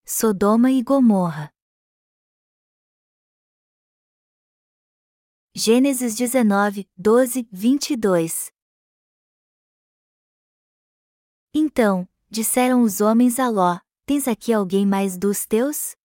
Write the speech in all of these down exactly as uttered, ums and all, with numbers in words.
Sodoma e Gomorra. Gênesis dezenove, doze, vinte e dois. Então, disseram os homens a Ló: Tens aqui alguém mais dos teus?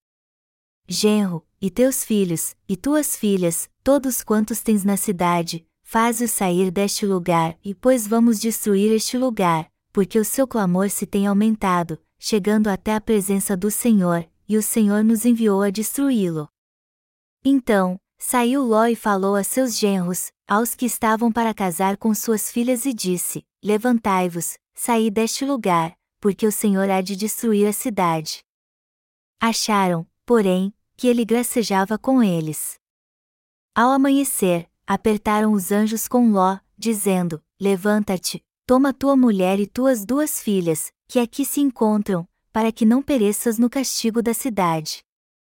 Genro, e teus filhos, e tuas filhas, todos quantos tens na cidade, faze-os sair deste lugar, e pois vamos destruir este lugar, porque o seu clamor se tem aumentado, chegando até a presença do Senhor, e o Senhor nos enviou a destruí-lo. Então, saiu Ló e falou a seus genros, aos que estavam para casar com suas filhas e disse: Levantai-vos, saí deste lugar, porque o Senhor há de destruir a cidade. Acharam, porém, que ele gracejava com eles. Ao amanhecer, apertaram os anjos com Ló, dizendo: Levanta-te, toma tua mulher e tuas duas filhas, que aqui se encontram, para que não pereças no castigo da cidade.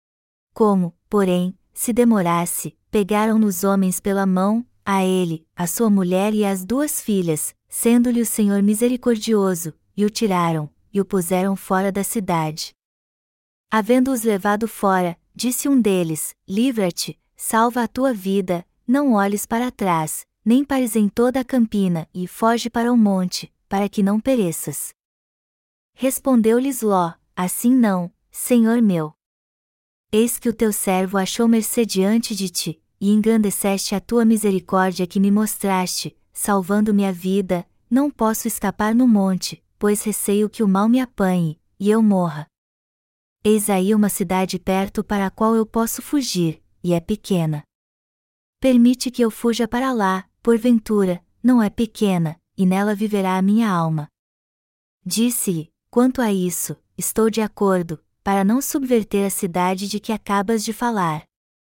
Como, porém, se demorasse, pegaram os homens pela mão, a ele, a sua mulher e as duas filhas, sendo-lhe o Senhor misericordioso, e o tiraram, e o puseram fora da cidade. Havendo-os levado fora, disse um deles: Livra-te, salva a tua vida, não olhes para trás, nem pares em toda a campina, e foge para o monte, para que não pereças. Respondeu-lhes Ló: Assim não, Senhor meu. Eis que o teu servo achou mercê diante de ti, e engrandeceste a tua misericórdia que me mostraste, salvando-me a vida, não posso escapar no monte, pois receio que o mal me apanhe, e eu morra. Eis aí uma cidade perto para a qual eu posso fugir, e é pequena. Permite que eu fuja para lá, porventura, não é pequena, e nela viverá a minha alma. Disse-lhe: Quanto a isso, estou de acordo, para não subverter a cidade de que acabas de falar.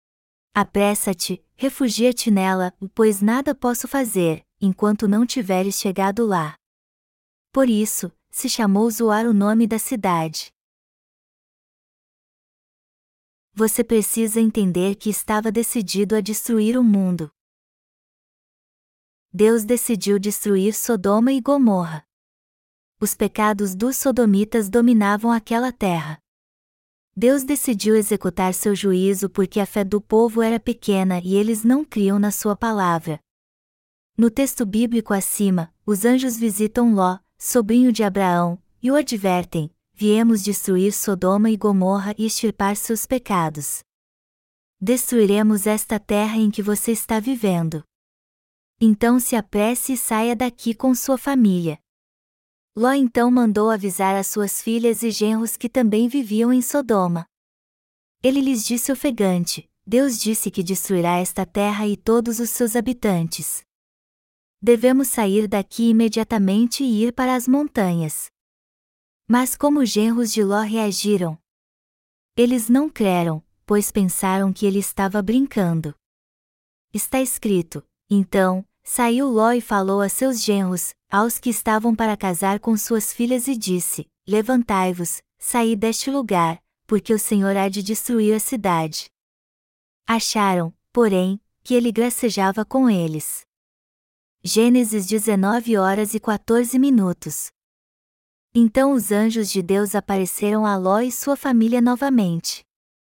Apressa-te, refugia-te nela, pois nada posso fazer, enquanto não tiveres chegado lá. Por isso, se chamou Zoar o nome da cidade. Você precisa entender que estava decidido a destruir o mundo. Deus decidiu destruir Sodoma e Gomorra. Os pecados dos sodomitas dominavam aquela terra. Deus decidiu executar seu juízo porque a fé do povo era pequena e eles não criam na sua palavra. No texto bíblico acima, os anjos visitam Ló, sobrinho de Abraão, e o advertem: Viemos destruir Sodoma e Gomorra e extirpar seus pecados. Destruiremos esta terra em que você está vivendo. Então se apresse e saia daqui com sua família. Ló então mandou avisar as suas filhas e genros que também viviam em Sodoma. Ele lhes disse ofegante: Deus disse que destruirá esta terra e todos os seus habitantes. Devemos sair daqui imediatamente e ir para as montanhas. Mas como os genros de Ló reagiram? Eles não creram, pois pensaram que ele estava brincando. Está escrito: Então, saiu Ló e falou a seus genros, aos que estavam para casar com suas filhas e disse: Levantai-vos, saí deste lugar, porque o Senhor há de destruir a cidade. Acharam, porém, que ele gracejava com eles. Gênesis dezenove horas e quatorze minutos. Então os anjos de Deus apareceram a Ló e sua família novamente.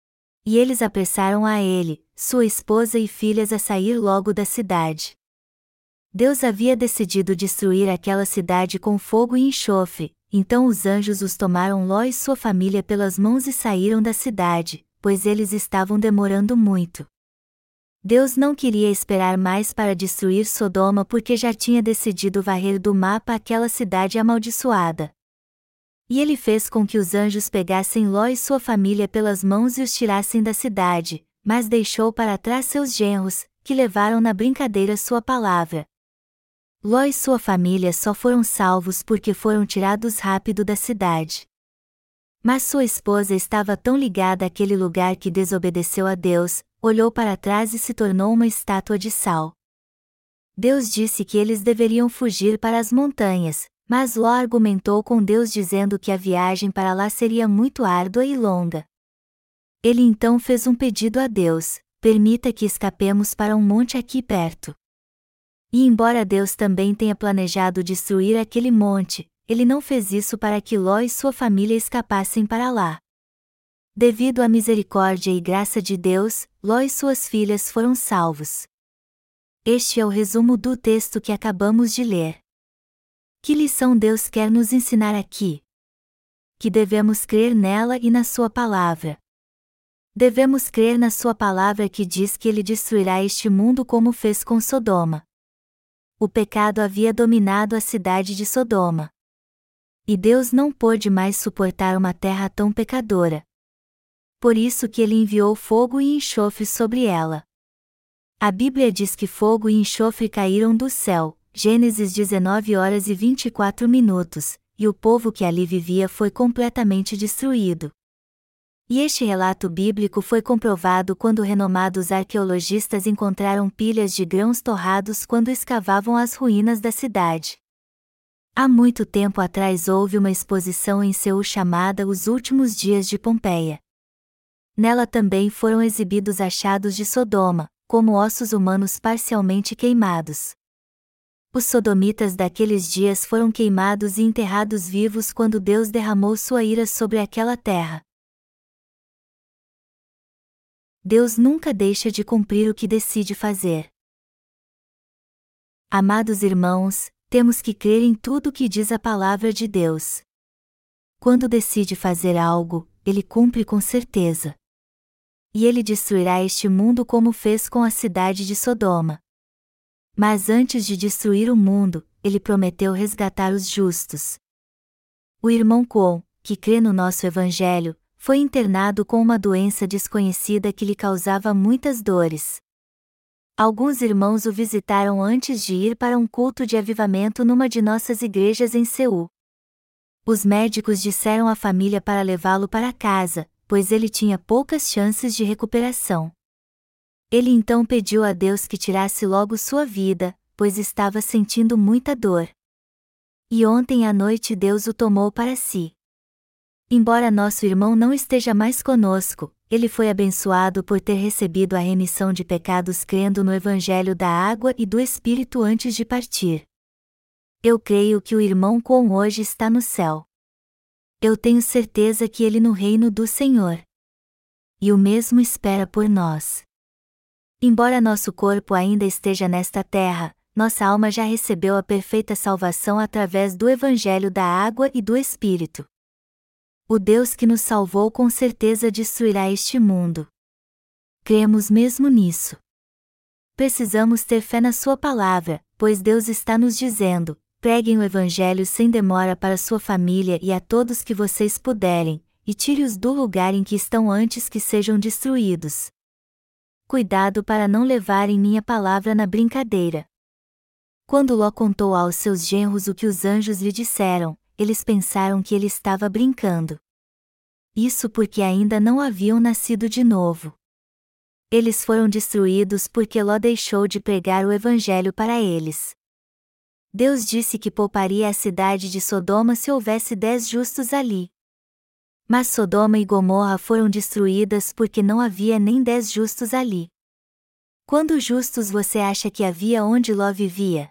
E eles apressaram a ele, sua esposa e filhas a sair logo da cidade. Deus havia decidido destruir aquela cidade com fogo e enxofre, então os anjos os tomaram Ló e sua família pelas mãos e saíram da cidade, pois eles estavam demorando muito. Deus não queria esperar mais para destruir Sodoma porque já tinha decidido varrer do mapa aquela cidade amaldiçoada. E ele fez com que os anjos pegassem Ló e sua família pelas mãos e os tirassem da cidade, mas deixou para trás seus genros, que levaram na brincadeira sua palavra. Ló e sua família só foram salvos porque foram tirados rápido da cidade. Mas sua esposa estava tão ligada àquele lugar que desobedeceu a Deus, olhou para trás e se tornou uma estátua de sal. Deus disse que eles deveriam fugir para as montanhas, mas Ló argumentou com Deus dizendo que a viagem para lá seria muito árdua e longa. Ele então fez um pedido a Deus: permita que escapemos para um monte aqui perto. E embora Deus também tenha planejado destruir aquele monte, ele não fez isso para que Ló e sua família escapassem para lá. Devido à misericórdia e graça de Deus, Ló e suas filhas foram salvos. Este é o resumo do texto que acabamos de ler. Que lição Deus quer nos ensinar aqui? Que devemos crer nela e na sua palavra. Devemos crer na sua palavra que diz que ele destruirá este mundo como fez com Sodoma. O pecado havia dominado a cidade de Sodoma. E Deus não pôde mais suportar uma terra tão pecadora. Por isso que ele enviou fogo e enxofre sobre ela. A Bíblia diz que fogo e enxofre caíram do céu, Gênesis dezenove horas e vinte e quatro minutos, e o povo que ali vivia foi completamente destruído. E este relato bíblico foi comprovado quando renomados arqueologistas encontraram pilhas de grãos torrados quando escavavam as ruínas da cidade. Há muito tempo atrás houve uma exposição em Seul chamada Os Últimos Dias de Pompeia. Nela também foram exibidos achados de Sodoma, como ossos humanos parcialmente queimados. Os sodomitas daqueles dias foram queimados e enterrados vivos quando Deus derramou sua ira sobre aquela terra. Deus nunca deixa de cumprir o que decide fazer. Amados irmãos, temos que crer em tudo o que diz a palavra de Deus. Quando decide fazer algo, ele cumpre com certeza. E ele destruirá este mundo como fez com a cidade de Sodoma. Mas antes de destruir o mundo, ele prometeu resgatar os justos. O irmão Kwon, que crê no nosso evangelho, foi internado com uma doença desconhecida que lhe causava muitas dores. Alguns irmãos o visitaram antes de ir para um culto de avivamento numa de nossas igrejas em Seul. Os médicos disseram à família para levá-lo para casa, pois ele tinha poucas chances de recuperação. Ele então pediu a Deus que tirasse logo sua vida, pois estava sentindo muita dor. E ontem à noite Deus o tomou para si. Embora nosso irmão não esteja mais conosco, ele foi abençoado por ter recebido a remissão de pecados crendo no Evangelho da Água e do Espírito antes de partir. Eu creio que o irmão Kwon hoje está no céu. Eu tenho certeza que ele no reino do Senhor. E o mesmo espera por nós. Embora nosso corpo ainda esteja nesta terra, nossa alma já recebeu a perfeita salvação através do Evangelho da Água e do Espírito. O Deus que nos salvou com certeza destruirá este mundo. Cremos mesmo nisso. Precisamos ter fé na sua palavra, pois Deus está nos dizendo: preguem o Evangelho sem demora para sua família e a todos que vocês puderem, e tire-os do lugar em que estão antes que sejam destruídos. Cuidado para não levarem minha palavra na brincadeira. Quando Ló contou aos seus genros o que os anjos lhe disseram, eles pensaram que ele estava brincando. Isso porque ainda não haviam nascido de novo. Eles foram destruídos porque Ló deixou de pregar o Evangelho para eles. Deus disse que pouparia a cidade de Sodoma se houvesse dez justos ali. Mas Sodoma e Gomorra foram destruídas porque não havia nem dez justos ali. Quantos justos você acha que havia onde Ló vivia?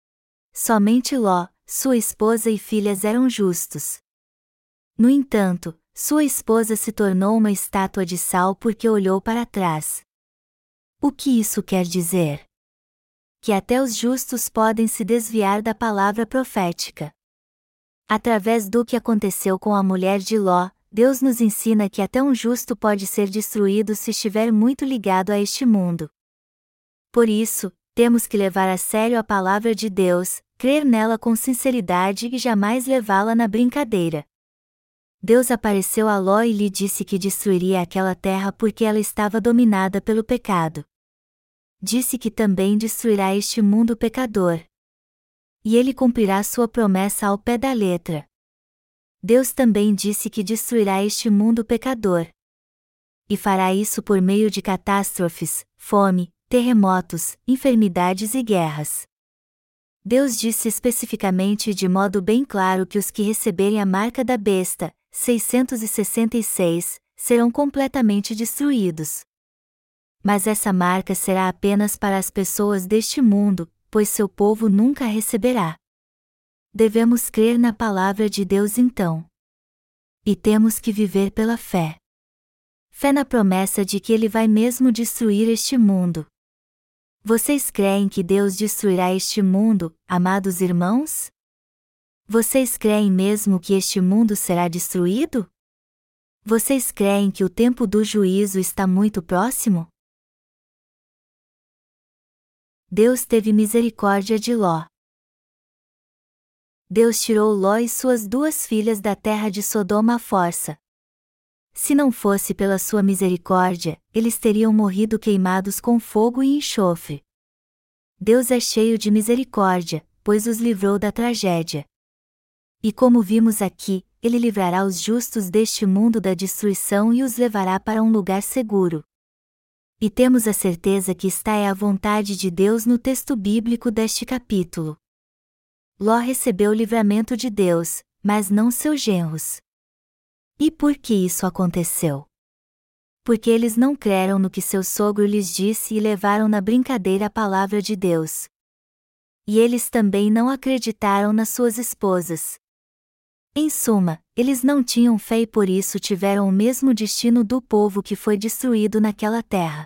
Somente Ló, sua esposa e filhas eram justos. No entanto, sua esposa se tornou uma estátua de sal porque olhou para trás. O que isso quer dizer? Que até os justos podem se desviar da palavra profética. Através do que aconteceu com a mulher de Ló, Deus nos ensina que até um justo pode ser destruído se estiver muito ligado a este mundo. Por isso, temos que levar a sério a palavra de Deus, crer nela com sinceridade e jamais levá-la na brincadeira. Deus apareceu a Ló e lhe disse que destruiria aquela terra porque ela estava dominada pelo pecado. Disse que também destruirá este mundo pecador. E ele cumprirá sua promessa ao pé da letra. Deus também disse que destruirá este mundo pecador. E fará isso por meio de catástrofes, fome, terremotos, enfermidades e guerras. Deus disse especificamente e de modo bem claro que os que receberem a marca da besta, seiscentos e sessenta e seis, serão completamente destruídos. Mas essa marca será apenas para as pessoas deste mundo, pois seu povo nunca a receberá. Devemos crer na palavra de Deus então. E temos que viver pela fé. Fé na promessa de que Ele vai mesmo destruir este mundo. Vocês creem que Deus destruirá este mundo, amados irmãos? Vocês creem mesmo que este mundo será destruído? Vocês creem que o tempo do juízo está muito próximo? Deus teve misericórdia de Ló. Deus tirou Ló e suas duas filhas da terra de Sodoma à força. Se não fosse pela sua misericórdia, eles teriam morrido queimados com fogo e enxofre. Deus é cheio de misericórdia, pois os livrou da tragédia. E como vimos aqui, Ele livrará os justos deste mundo da destruição e os levará para um lugar seguro. E temos a certeza que esta é a vontade de Deus no texto bíblico deste capítulo. Ló recebeu o livramento de Deus, mas não seus genros. E por que isso aconteceu? Porque eles não creram no que seu sogro lhes disse e levaram na brincadeira a palavra de Deus. E eles também não acreditaram nas suas esposas. Em suma, eles não tinham fé e por isso tiveram o mesmo destino do povo que foi destruído naquela terra.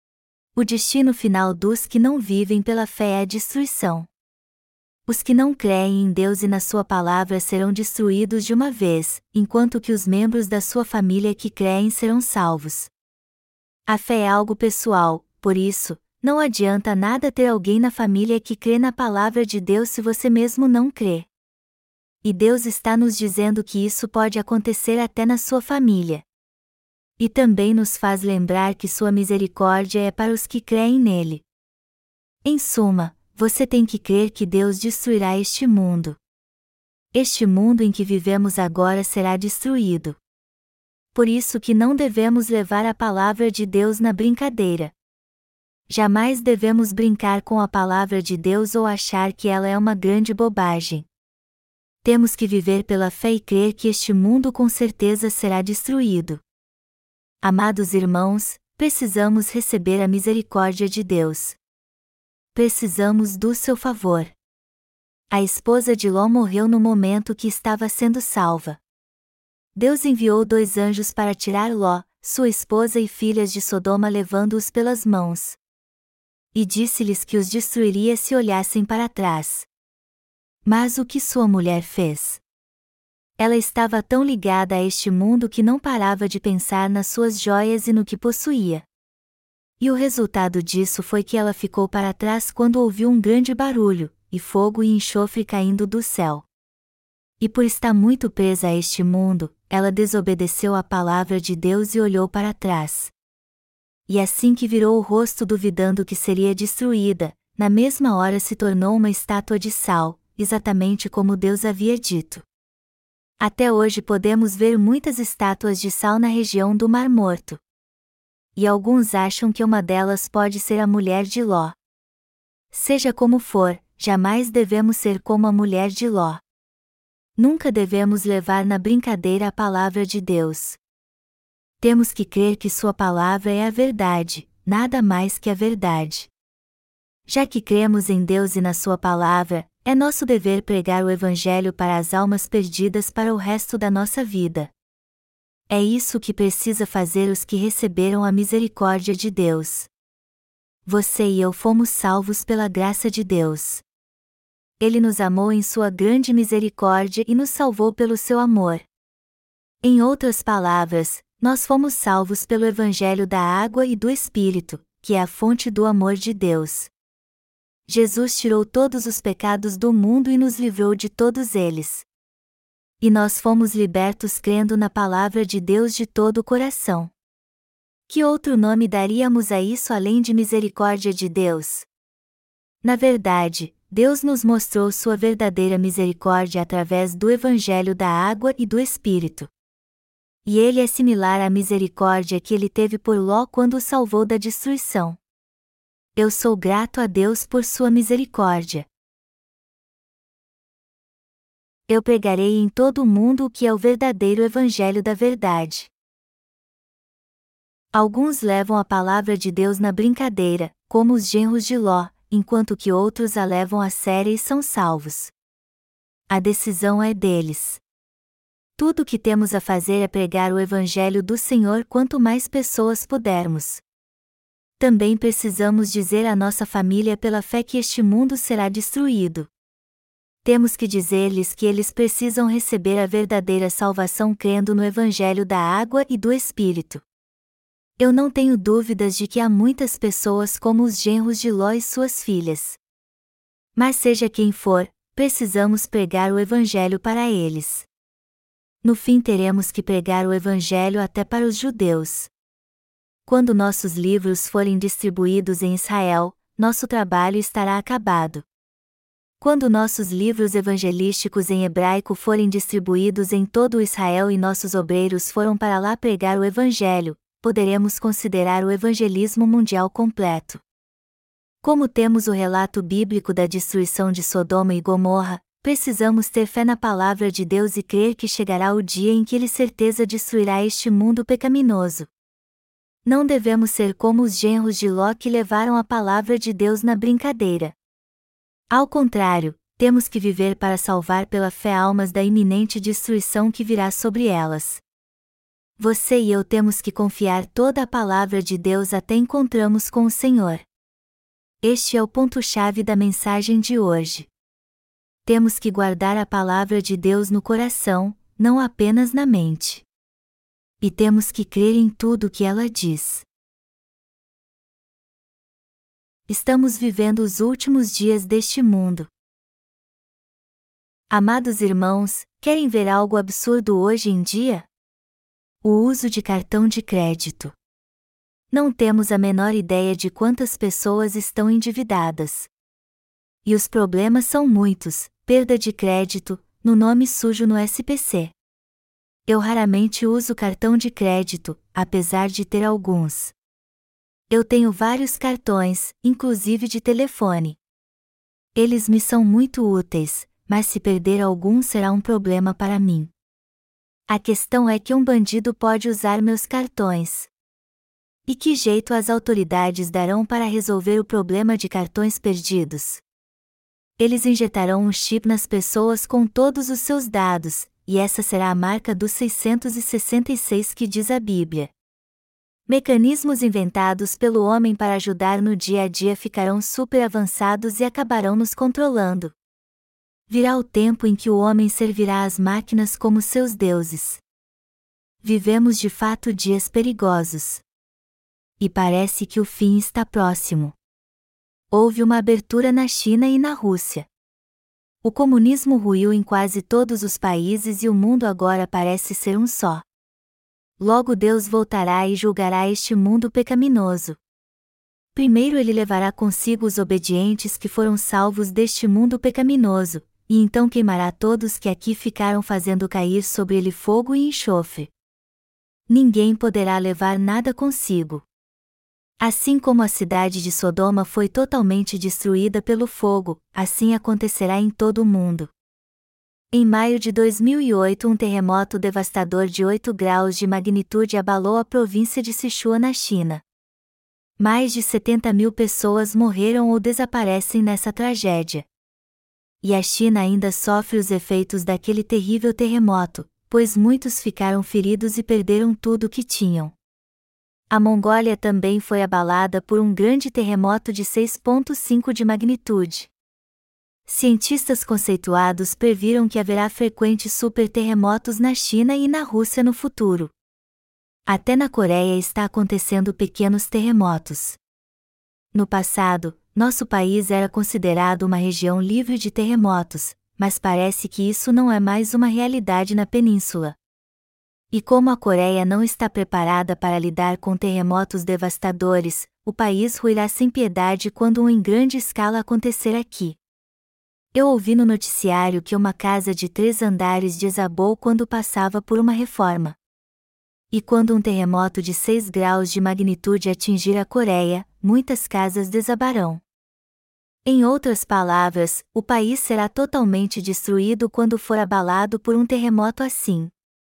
O destino final dos que não vivem pela fé é a destruição. Os que não creem em Deus e na sua palavra serão destruídos de uma vez, enquanto que os membros da sua família que creem serão salvos. A fé é algo pessoal, por isso, não adianta nada ter alguém na família que crê na palavra de Deus se você mesmo não crê. E Deus está nos dizendo que isso pode acontecer até na sua família. E também nos faz lembrar que sua misericórdia é para os que creem nele. Em suma, você tem que crer que Deus destruirá este mundo. Este mundo em que vivemos agora será destruído. Por isso que não devemos levar a palavra de Deus na brincadeira. Jamais devemos brincar com a palavra de Deus ou achar que ela é uma grande bobagem. Temos que viver pela fé e crer que este mundo com certeza será destruído. Amados irmãos, precisamos receber a misericórdia de Deus. Precisamos do seu favor. A esposa de Ló morreu no momento que estava sendo salva. Deus enviou dois anjos para tirar Ló, sua esposa e filhas de Sodoma levando-os pelas mãos. E disse-lhes que os destruiria se olhassem para trás. Mas o que sua mulher fez? Ela estava tão ligada a este mundo que não parava de pensar nas suas joias e no que possuía. E o resultado disso foi que ela ficou para trás quando ouviu um grande barulho, e fogo e enxofre caindo do céu. E por estar muito presa a este mundo, ela desobedeceu à palavra de Deus e olhou para trás. E assim que virou o rosto duvidando que seria destruída, na mesma hora se tornou uma estátua de sal, exatamente como Deus havia dito. Até hoje podemos ver muitas estátuas de sal na região do Mar Morto. E alguns acham que uma delas pode ser a mulher de Ló. Seja como for, jamais devemos ser como a mulher de Ló. Nunca devemos levar na brincadeira a palavra de Deus. Temos que crer que sua palavra é a verdade, nada mais que a verdade. Já que cremos em Deus e na sua palavra, é nosso dever pregar o Evangelho para as almas perdidas para o resto da nossa vida. É isso que precisa fazer os que receberam a misericórdia de Deus. Você e eu fomos salvos pela graça de Deus. Ele nos amou em sua grande misericórdia e nos salvou pelo seu amor. Em outras palavras, nós fomos salvos pelo Evangelho da água e do Espírito, que é a fonte do amor de Deus. Jesus tirou todos os pecados do mundo e nos livrou de todos eles. E nós fomos libertos crendo na palavra de Deus de todo o coração. Que outro nome daríamos a isso além de misericórdia de Deus? Na verdade, Deus nos mostrou sua verdadeira misericórdia através do Evangelho da água e do Espírito. E ele é similar à misericórdia que ele teve por Ló quando o salvou da destruição. Eu sou grato a Deus por sua misericórdia. Eu pregarei em todo o mundo o que é o verdadeiro Evangelho da verdade. Alguns levam a palavra de Deus na brincadeira, como os genros de Ló, enquanto que outros a levam a sério e são salvos. A decisão é deles. Tudo o que temos a fazer é pregar o Evangelho do Senhor quanto mais pessoas pudermos. Também precisamos dizer à nossa família pela fé que este mundo será destruído. Temos que dizer-lhes que eles precisam receber a verdadeira salvação crendo no Evangelho da água e do Espírito. Eu não tenho dúvidas de que há muitas pessoas como os genros de Ló e suas filhas. Mas seja quem for, precisamos pregar o Evangelho para eles. No fim teremos que pregar o Evangelho até para os judeus. Quando nossos livros forem distribuídos em Israel, nosso trabalho estará acabado. Quando nossos livros evangelísticos em hebraico forem distribuídos em todo o Israel e nossos obreiros foram para lá pregar o Evangelho, poderemos considerar o evangelismo mundial completo. Como temos o relato bíblico da destruição de Sodoma e Gomorra, precisamos ter fé na palavra de Deus e crer que chegará o dia em que Ele certeza destruirá este mundo pecaminoso. Não devemos ser como os genros de Ló que levaram a palavra de Deus na brincadeira. Ao contrário, temos que viver para salvar pela fé almas da iminente destruição que virá sobre elas. Você e eu temos que confiar toda a palavra de Deus até encontramos com o Senhor. Este é o ponto-chave da mensagem de hoje. Temos que guardar a palavra de Deus no coração, não apenas na mente. E temos que crer em tudo o que ela diz. Estamos vivendo os últimos dias deste mundo. Amados irmãos, querem ver algo absurdo hoje em dia? O uso de cartão de crédito. Não temos a menor ideia de quantas pessoas estão endividadas. E os problemas são muitos: perda de crédito, no nome sujo no S P C. Eu raramente uso cartão de crédito, apesar de ter alguns. Eu tenho vários cartões, inclusive de telefone. Eles me são muito úteis, mas se perder algum será um problema para mim. A questão é que um bandido pode usar meus cartões. E que jeito as autoridades darão para resolver o problema de cartões perdidos? Eles injetarão um chip nas pessoas com todos os seus dados, e essa será a marca dos seiscentos e sessenta e seis que diz a Bíblia. Mecanismos inventados pelo homem para ajudar no dia a dia ficarão super avançados e acabarão nos controlando. Virá o tempo em que o homem servirá as máquinas como seus deuses. Vivemos de fato dias perigosos. E parece que o fim está próximo. Houve uma abertura na China e na Rússia. O comunismo ruiu em quase todos os países e o mundo agora parece ser um só. Logo Deus voltará e julgará este mundo pecaminoso. Primeiro ele levará consigo os obedientes que foram salvos deste mundo pecaminoso, e então queimará todos que aqui ficaram fazendo cair sobre ele fogo e enxofre. Ninguém poderá levar nada consigo. Assim como a cidade de Sodoma foi totalmente destruída pelo fogo, assim acontecerá em todo o mundo. Em maio de dois mil e oito, um terremoto devastador de oito graus de magnitude abalou a província de Sichuan na China. Mais de setenta mil pessoas morreram ou desaparecem nessa tragédia. E a China ainda sofre os efeitos daquele terrível terremoto, pois muitos ficaram feridos e perderam tudo o que tinham. A Mongólia também foi abalada por um grande terremoto de seis ponto cinco de magnitude. Cientistas conceituados previram que haverá frequentes superterremotos na China e na Rússia no futuro. Até na Coreia está acontecendo pequenos terremotos. No passado, nosso país era considerado uma região livre de terremotos, mas parece que isso não é mais uma realidade na península. E como a Coreia não está preparada para lidar com terremotos devastadores, o país ruirá sem piedade quando um em grande escala acontecer aqui. Eu ouvi no noticiário que uma casa de três andares desabou quando passava por uma reforma. E quando um terremoto de seis graus de magnitude atingir a Coreia, muitas casas desabarão. Em outras palavras, o país será totalmente destruído quando for abalado por um terremoto assim.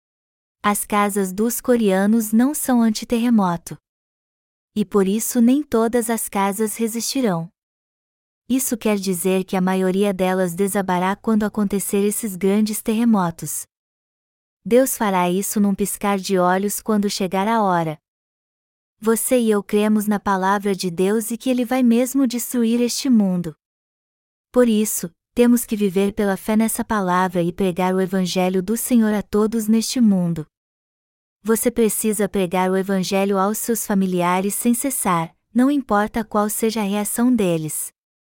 As casas dos coreanos não são antiterremoto. E por isso nem todas as casas resistirão. Isso quer dizer que a maioria delas desabará quando acontecer esses grandes terremotos. Deus fará isso num piscar de olhos quando chegar a hora. Você e eu cremos na palavra de Deus e que Ele vai mesmo destruir este mundo. Por isso, temos que viver pela fé nessa palavra e pregar o Evangelho do Senhor a todos neste mundo. Você precisa pregar o Evangelho aos seus familiares sem cessar, não importa qual seja a reação deles.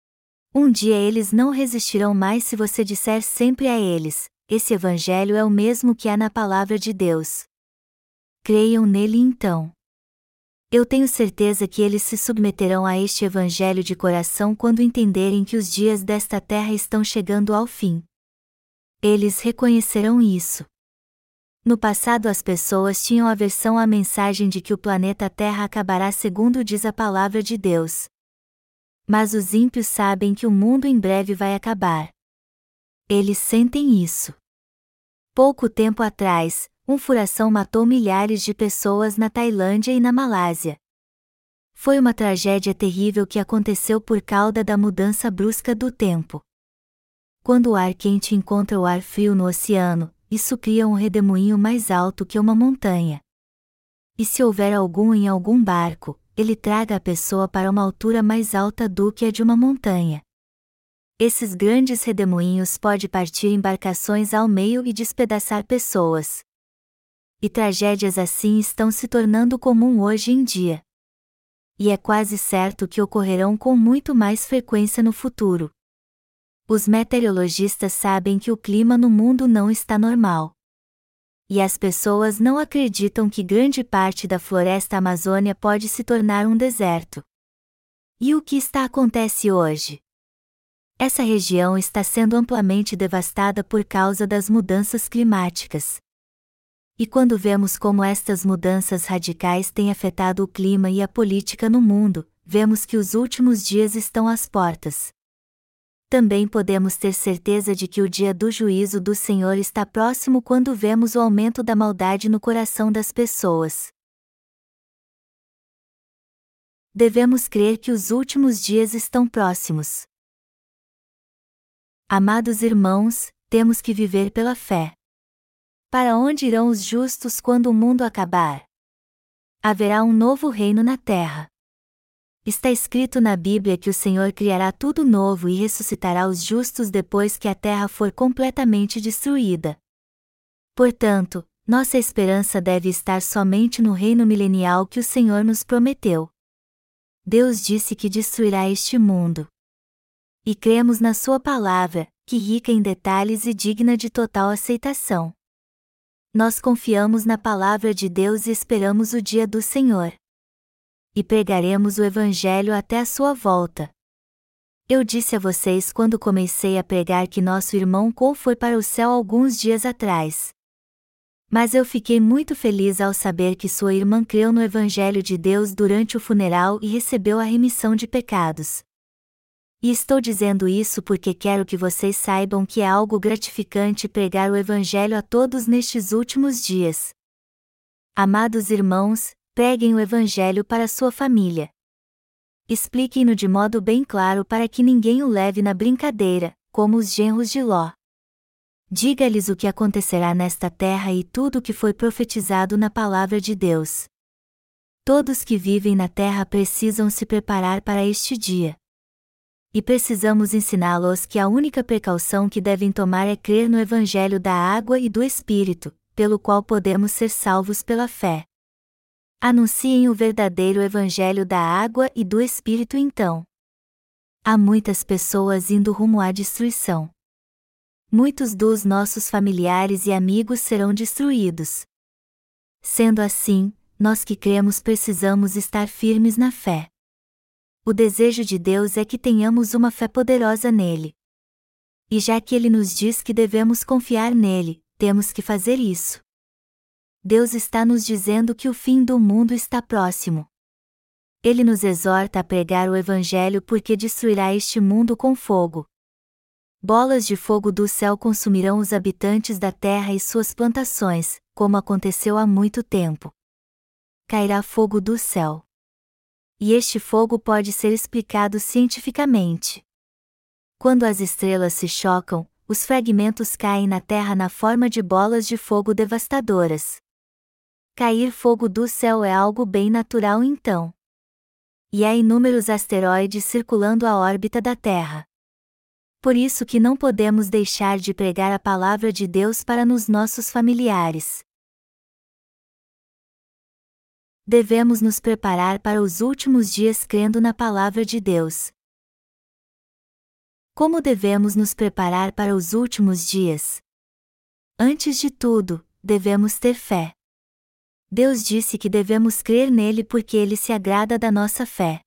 Um dia eles não resistirão mais se você disser sempre a eles: esse Evangelho é o mesmo que há na palavra de Deus. Creiam nele então. Eu tenho certeza que eles se submeterão a este Evangelho de coração quando entenderem que os dias desta terra estão chegando ao fim. Eles reconhecerão isso. No passado as pessoas tinham aversão à mensagem de que o planeta Terra acabará segundo diz a palavra de Deus. Mas os ímpios sabem que o mundo em breve vai acabar. Eles sentem isso. Pouco tempo atrás, um furação matou milhares de pessoas na Tailândia e na Malásia. Foi uma tragédia terrível que aconteceu por causa da mudança brusca do tempo. Quando o ar quente encontra o ar frio no oceano, isso cria um redemoinho mais alto que uma montanha. E se houver algum em algum barco, ele traga a pessoa para uma altura mais alta do que a de uma montanha. Esses grandes redemoinhos podem partir embarcações ao meio e despedaçar pessoas. E tragédias assim estão se tornando comum hoje em dia. E é quase certo que ocorrerão com muito mais frequência no futuro. Os meteorologistas sabem que o clima no mundo não está normal. E as pessoas não acreditam que grande parte da floresta amazônica pode se tornar um deserto. E o que está acontecendo hoje? Essa região está sendo amplamente devastada por causa das mudanças climáticas. E quando vemos como estas mudanças radicais têm afetado o clima e a política no mundo, vemos que os últimos dias estão às portas. Também podemos ter certeza de que o dia do juízo do Senhor está próximo quando vemos o aumento da maldade no coração das pessoas. Devemos crer que os últimos dias estão próximos. Amados irmãos, temos que viver pela fé. Para onde irão os justos quando o mundo acabar? Haverá um novo reino na terra. Está escrito na Bíblia que o Senhor criará tudo novo e ressuscitará os justos depois que a terra for completamente destruída. Portanto, nossa esperança deve estar somente no reino milenial que o Senhor nos prometeu. Deus disse que destruirá este mundo. E cremos na sua palavra, que rica em detalhes e digna de total aceitação. Nós confiamos na palavra de Deus e esperamos o dia do Senhor. E pregaremos o Evangelho até a sua volta. Eu disse a vocês quando comecei a pregar que nosso irmão Cole foi para o céu alguns dias atrás. Mas eu fiquei muito feliz ao saber que sua irmã creu no Evangelho de Deus durante o funeral e recebeu a remissão de pecados. E estou dizendo isso porque quero que vocês saibam que é algo gratificante pregar o Evangelho a todos nestes últimos dias. Amados irmãos, preguem o Evangelho para sua família. Expliquem-no de modo bem claro para que ninguém o leve na brincadeira, como os genros de Ló. Diga-lhes o que acontecerá nesta terra e tudo o que foi profetizado na palavra de Deus. Todos que vivem na terra precisam se preparar para este dia. E precisamos ensiná-los que a única precaução que devem tomar é crer no Evangelho da água e do Espírito, pelo qual podemos ser salvos pela fé. Anunciem o verdadeiro Evangelho da água e do Espírito então. Há muitas pessoas indo rumo à destruição. Muitos dos nossos familiares e amigos serão destruídos. Sendo assim, nós que cremos precisamos estar firmes na fé. O desejo de Deus é que tenhamos uma fé poderosa nele. E já que ele nos diz que devemos confiar nele, temos que fazer isso. Deus está nos dizendo que o fim do mundo está próximo. Ele nos exorta a pregar o Evangelho porque destruirá este mundo com fogo. Bolas de fogo do céu consumirão os habitantes da terra e suas plantações, como aconteceu há muito tempo. Cairá fogo do céu. E este fogo pode ser explicado cientificamente. Quando as estrelas se chocam, os fragmentos caem na terra na forma de bolas de fogo devastadoras. Cair fogo do céu é algo bem natural então. E há inúmeros asteroides circulando a órbita da Terra. Por isso que não podemos deixar de pregar a palavra de Deus para nos nossos familiares. Devemos nos preparar para os últimos dias crendo na palavra de Deus. Como devemos nos preparar para os últimos dias? Antes de tudo, devemos ter fé. Deus disse que devemos crer nele porque ele se agrada da nossa fé.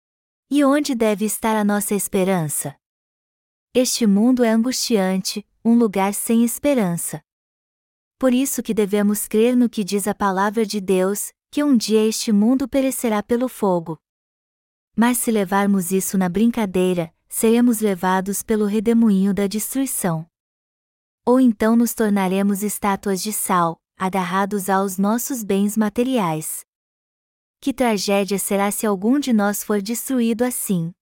E onde deve estar a nossa esperança? Este mundo é angustiante, um lugar sem esperança. Por isso que devemos crer no que diz a palavra de Deus, que um dia este mundo perecerá pelo fogo. Mas se levarmos isso na brincadeira, seremos levados pelo redemoinho da destruição. Ou então nos tornaremos estátuas de sal, agarrados aos nossos bens materiais. Que tragédia será se algum de nós for destruído assim?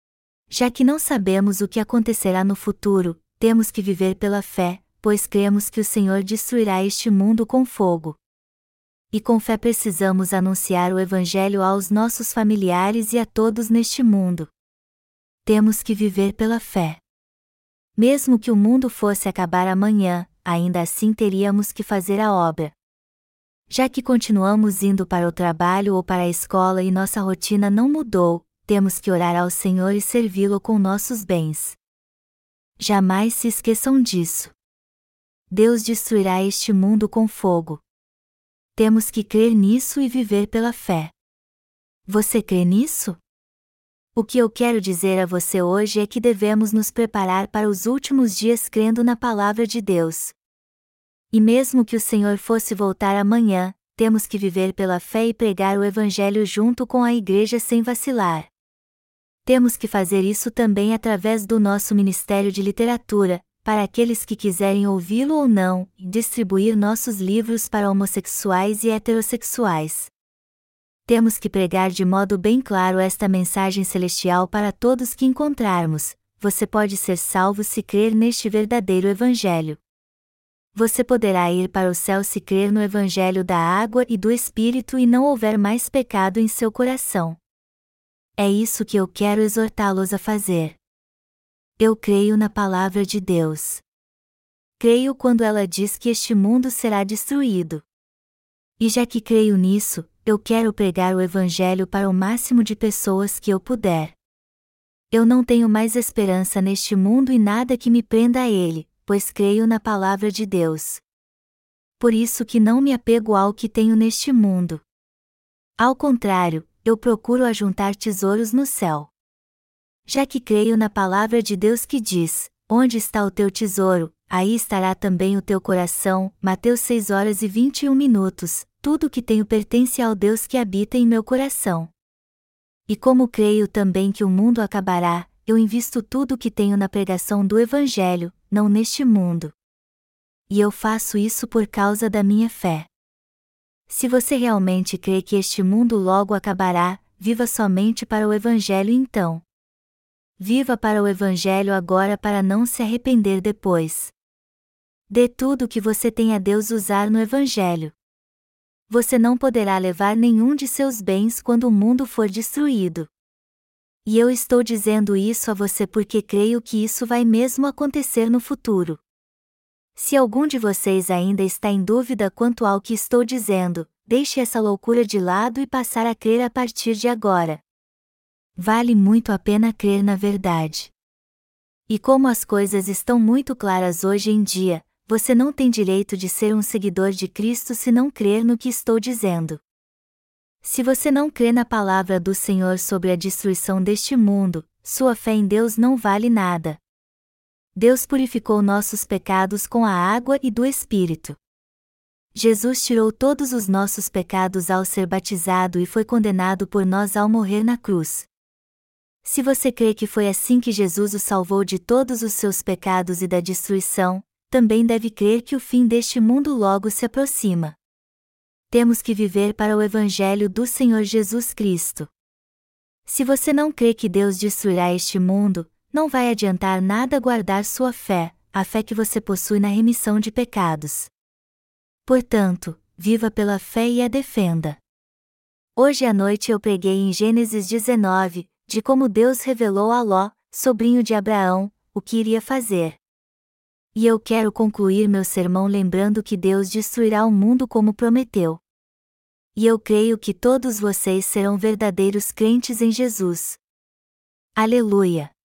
Já que não sabemos o que acontecerá no futuro, temos que viver pela fé, pois cremos que o Senhor destruirá este mundo com fogo. E com fé precisamos anunciar o Evangelho aos nossos familiares e a todos neste mundo. Temos que viver pela fé. Mesmo que o mundo fosse acabar amanhã, ainda assim teríamos que fazer a obra. Já que continuamos indo para o trabalho ou para a escola e nossa rotina não mudou, temos que orar ao Senhor e servi-lo com nossos bens. Jamais se esqueçam disso. Deus destruirá este mundo com fogo. Temos que crer nisso e viver pela fé. Você crê nisso? O que eu quero dizer a você hoje é que devemos nos preparar para os últimos dias crendo na palavra de Deus. E mesmo que o Senhor fosse voltar amanhã, temos que viver pela fé e pregar o Evangelho junto com a igreja sem vacilar. Temos que fazer isso também através do nosso ministério de literatura, para aqueles que quiserem ouvi-lo ou não, e distribuir nossos livros para homossexuais e heterossexuais. Temos que pregar de modo bem claro esta mensagem celestial para todos que encontrarmos: você pode ser salvo se crer neste verdadeiro Evangelho. Você poderá ir para o céu se crer no Evangelho da água e do Espírito e não houver mais pecado em seu coração. É isso que eu quero exortá-los a fazer. Eu creio na palavra de Deus. Creio quando ela diz que este mundo será destruído. E já que creio nisso, eu quero pregar o Evangelho para o máximo de pessoas que eu puder. Eu não tenho mais esperança neste mundo e nada que me prenda a ele, pois creio na palavra de Deus. Por isso que não me apego ao que tenho neste mundo. Ao contrário, eu procuro ajuntar tesouros no céu. Já que creio na palavra de Deus que diz: onde está o teu tesouro, aí estará também o teu coração. Mateus seis horas e vinte e um minutos. Tudo o que tenho pertence ao Deus que habita em meu coração. E como creio também que o mundo acabará, eu invisto tudo o que tenho na pregação do Evangelho, não neste mundo. E eu faço isso por causa da minha fé. Se você realmente crê que este mundo logo acabará, viva somente para o Evangelho então. Viva para o Evangelho agora para não se arrepender depois. Dê tudo o que você tem a Deus usar no Evangelho. Você não poderá levar nenhum de seus bens quando o mundo for destruído. E eu estou dizendo isso a você porque creio que isso vai mesmo acontecer no futuro. Se algum de vocês ainda está em dúvida quanto ao que estou dizendo, deixe essa loucura de lado e passar a crer a partir de agora. Vale muito a pena crer na verdade. E como as coisas estão muito claras hoje em dia, você não tem direito de ser um seguidor de Cristo se não crer no que estou dizendo. Se você não crê na palavra do Senhor sobre a destruição deste mundo, sua fé em Deus não vale nada. Deus purificou nossos pecados com a água e do Espírito. Jesus tirou todos os nossos pecados ao ser batizado e foi condenado por nós ao morrer na cruz. Se você crê que foi assim que Jesus o salvou de todos os seus pecados e da destruição, também deve crer que o fim deste mundo logo se aproxima. Temos que viver para o Evangelho do Senhor Jesus Cristo. Se você não crê que Deus destruirá este mundo, não vai adiantar nada guardar sua fé, a fé que você possui na remissão de pecados. Portanto, viva pela fé e a defenda. Hoje à noite eu preguei em Gênesis dezenove, de como Deus revelou a Ló, sobrinho de Abraão, o que iria fazer. E eu quero concluir meu sermão lembrando que Deus destruirá o mundo como prometeu. E eu creio que todos vocês serão verdadeiros crentes em Jesus. Aleluia!